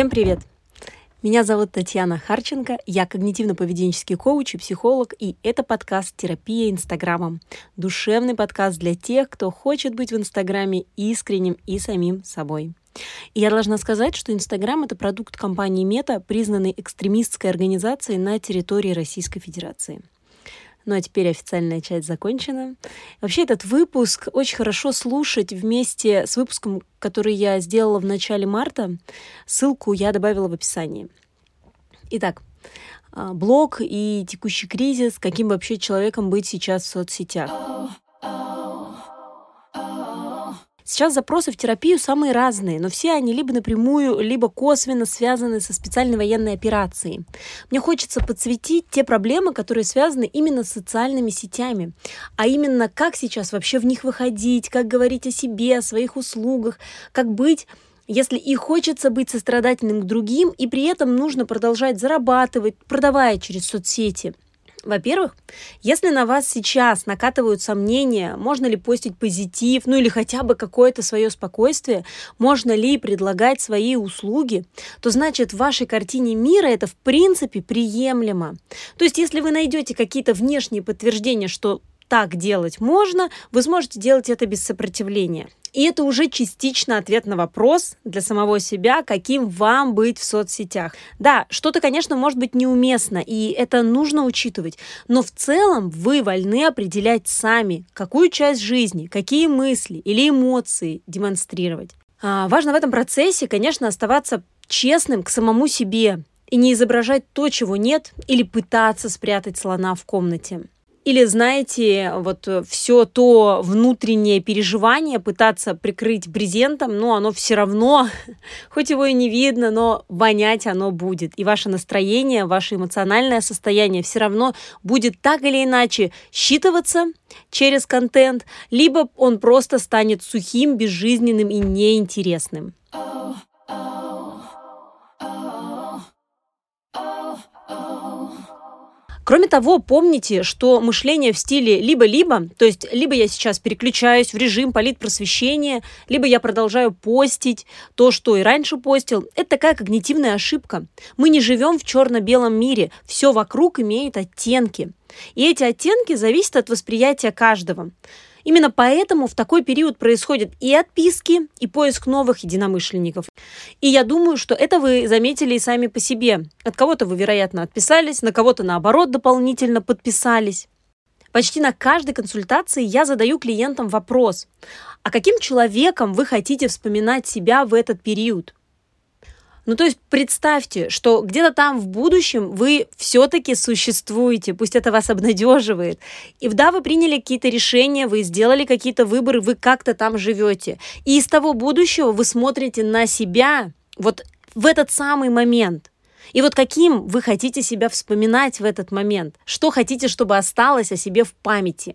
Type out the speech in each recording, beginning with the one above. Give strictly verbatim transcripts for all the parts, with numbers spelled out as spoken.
Всем привет! Меня зовут Татьяна Харченко, я когнитивно-поведенческий коуч и психолог, и это подкаст «Терапия Инстаграмом». Душевный подкаст для тех, кто хочет быть в Инстаграме искренним и самим собой. И я должна сказать, что Инстаграм — это продукт компании Мета, признанной экстремистской организацией на территории Российской Федерации. Ну а теперь официальная часть закончена. Вообще этот выпуск очень хорошо слушать вместе с выпуском, который я сделала в начале марта. Ссылку я добавила в описании. Итак, блог и текущий кризис, каким вообще человеком быть сейчас в соцсетях. Сейчас запросы в терапию самые разные, но все они либо напрямую, либо косвенно связаны со специальной военной операцией. Мне хочется подсветить те проблемы, которые связаны именно с социальными сетями, а именно как сейчас вообще в них выходить, как говорить о себе, о своих услугах, как быть, если и хочется быть сострадательным к другим, и при этом нужно продолжать зарабатывать, продавая через соцсети. Во-первых, если на вас сейчас накатывают сомнения, можно ли постить позитив, ну или хотя бы какое-то свое спокойствие, можно ли предлагать свои услуги, то значит в вашей картине мира это в принципе приемлемо. То есть если вы найдете какие-то внешние подтверждения, что так делать можно, вы сможете делать это без сопротивления. И это уже частично ответ на вопрос для самого себя, каким вам быть в соцсетях. Да, что-то, конечно, может быть неуместно, и это нужно учитывать, но в целом вы вольны определять сами, какую часть жизни, какие мысли или эмоции демонстрировать. А, важно в этом процессе, конечно, оставаться честным к самому себе и не изображать то, чего нет, или пытаться спрятать слона в комнате. Или, знаете, вот все то внутреннее переживание пытаться прикрыть брезентом, но оно все равно, хоть его и не видно, но вонять оно будет. И ваше настроение, ваше эмоциональное состояние все равно будет так или иначе считываться через контент, либо он просто станет сухим, безжизненным и неинтересным. Кроме того, помните, что мышление в стиле либо-либо, то есть либо я сейчас переключаюсь в режим политпросвещения, либо я продолжаю постить то, что и раньше постил, это такая когнитивная ошибка. Мы не живем в черно-белом мире, все вокруг имеет оттенки. И эти оттенки зависят от восприятия каждого. Именно поэтому в такой период происходят и отписки, и поиск новых единомышленников. И я думаю, что это вы заметили и сами по себе. От кого-то вы, вероятно, отписались, на кого-то, наоборот, дополнительно подписались. Почти на каждой консультации я задаю клиентам вопрос: а каким человеком вы хотите вспоминать себя в этот период? Ну, то есть представьте, что где-то там в будущем вы все-таки существуете, пусть это вас обнадеживает. И да, вы приняли какие-то решения, вы сделали какие-то выборы, вы как-то там живете. И из того будущего вы смотрите на себя вот в этот самый момент. И вот каким вы хотите себя вспоминать в этот момент, что хотите, чтобы осталось о себе в памяти.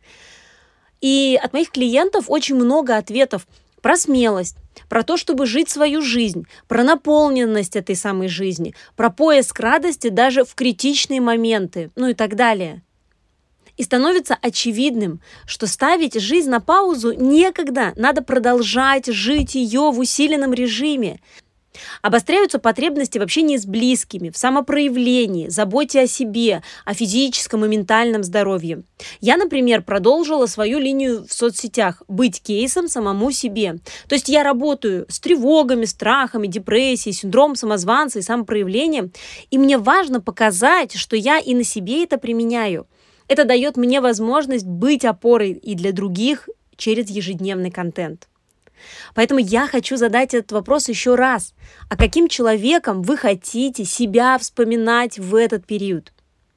И от моих клиентов очень много ответов про смелость, про то, чтобы жить свою жизнь, про наполненность этой самой жизни, про поиск радости даже в критичные моменты, ну и так далее. И становится очевидным, что ставить жизнь на паузу некогда, надо продолжать жить ее в усиленном режиме. Обостряются потребности в общении с близкими, в самопроявлении, заботе о себе, о физическом и ментальном здоровье. Я, например, продолжила свою линию в соцсетях «Быть кейсом самому себе». То есть я работаю с тревогами, страхами, депрессией, синдромом самозванца и самопроявлением, и мне важно показать, что я и на себе это применяю. Это дает мне возможность быть опорой и для других через ежедневный контент. Поэтому я хочу задать этот вопрос еще раз. А каким человеком вы хотите себя вспоминать в этот период?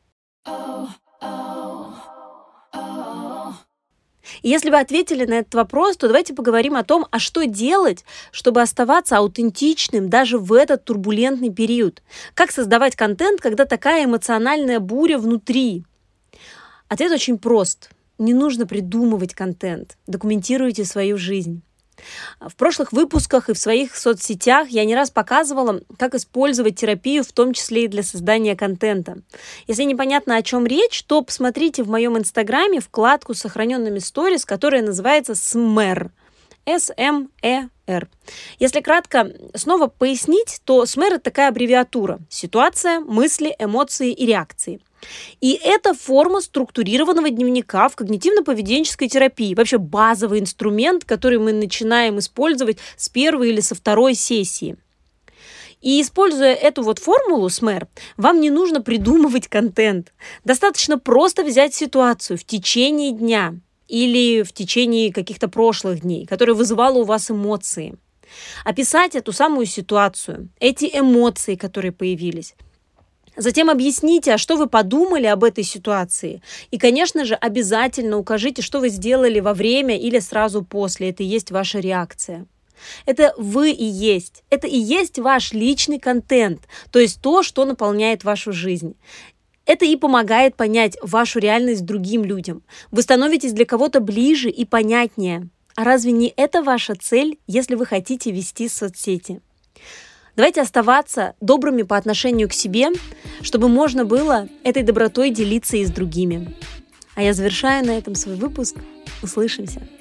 И если вы ответили на этот вопрос, то давайте поговорим о том, а что делать, чтобы оставаться аутентичным даже в этот турбулентный период. Как создавать контент, когда такая эмоциональная буря внутри? Ответ очень прост. Не нужно придумывать контент. Документируйте свою жизнь. В прошлых выпусках и в своих соцсетях я не раз показывала, как использовать терапию, в том числе и для создания контента. Если непонятно, о чем речь, то посмотрите в моем инстаграме вкладку с сохраненными сторис, которая называется «СМЭР». эс эм э эр. Если кратко снова пояснить, то СМЭР – это такая аббревиатура: ситуация, мысли, эмоции и реакции. И это форма структурированного дневника в когнитивно-поведенческой терапии. Вообще базовый инструмент, который мы начинаем использовать с первой или со второй сессии. И используя эту вот формулу СМЭР, вам не нужно придумывать контент. Достаточно просто взять ситуацию в течение дня или в течение каких-то прошлых дней, которая вызывала у вас эмоции. Описать эту самую ситуацию, эти эмоции, которые появились. Затем объясните, а что вы подумали об этой ситуации. И, конечно же, обязательно укажите, что вы сделали во время или сразу после. Это и есть ваша реакция. Это вы и есть. Это и есть ваш личный контент, то есть то, что наполняет вашу жизнь. Это и помогает понять вашу реальность другим людям. Вы становитесь для кого-то ближе и понятнее. А разве не это ваша цель, если вы хотите вести соцсети? Давайте оставаться добрыми по отношению к себе, чтобы можно было этой добротой делиться и с другими. А я завершаю на этом свой выпуск. Услышимся!